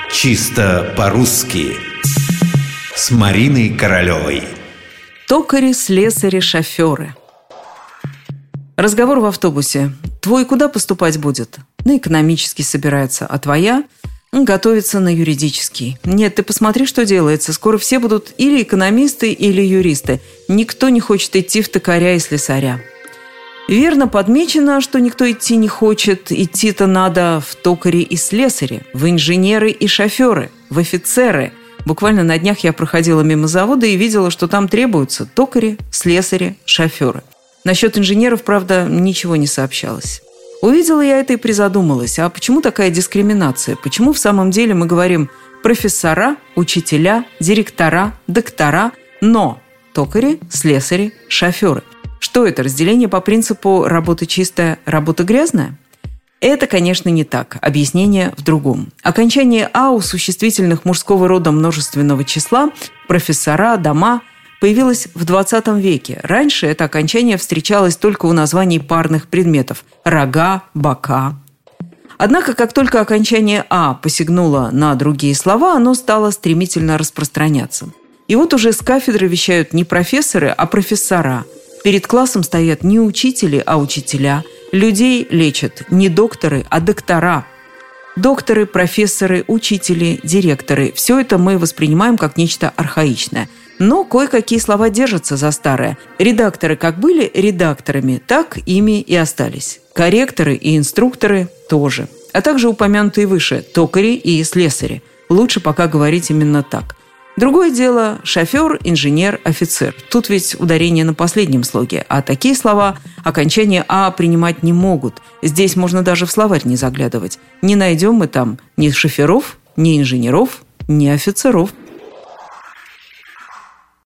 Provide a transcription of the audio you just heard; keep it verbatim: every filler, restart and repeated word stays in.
Чисто по-русски с Мариной Королевой. Токари, слесари, шоферы. Разговор в автобусе. Твой куда поступать будет? На экономический собирается, а твоя готовится на юридический. Нет, ты посмотри, что делается. Скоро все будут или экономисты, или юристы. Никто не хочет идти в токаря и слесаря. Верно подмечено, что никто идти не хочет. Идти-то надо в токари и слесари, в инженеры и шоферы, в офицеры. Буквально на днях я проходила мимо завода и видела, что там требуются токари, слесари, шоферы. Насчет инженеров, правда, ничего не сообщалось. Увидела я это и призадумалась. А почему такая дискриминация? Почему в самом деле мы говорим профессора, учителя, директора, доктора, но токари, слесари, шоферы? Что это, разделение по принципу «работа чистая, работа грязная»? Это, конечно, не так. Объяснение в другом. Окончание «а» у существительных мужского рода множественного числа, профессора, дома, появилось в двадцатом веке. Раньше это окончание встречалось только у названий парных предметов – рога, бока. Однако, как только окончание «а» посягнуло на другие слова, оно стало стремительно распространяться. И вот уже с кафедры вещают не профессоры, а профессора. Перед классом стоят не учители, а учителя. Людей лечат не докторы, а доктора. Докторы, профессоры, учители, директоры – все это мы воспринимаем как нечто архаичное. Но кое-какие слова держатся за старое. Редакторы как были редакторами, так ими и остались. Корректоры и инструкторы тоже. А также упомянутые выше токари и слесари. Лучше пока говорить именно так. Другое дело – шофер, инженер, офицер. Тут ведь ударение на последнем слоге, а такие слова окончание «а» принимать не могут. Здесь можно даже в словарь не заглядывать. Не найдем мы там ни шоферов, ни инженеров, ни офицеров.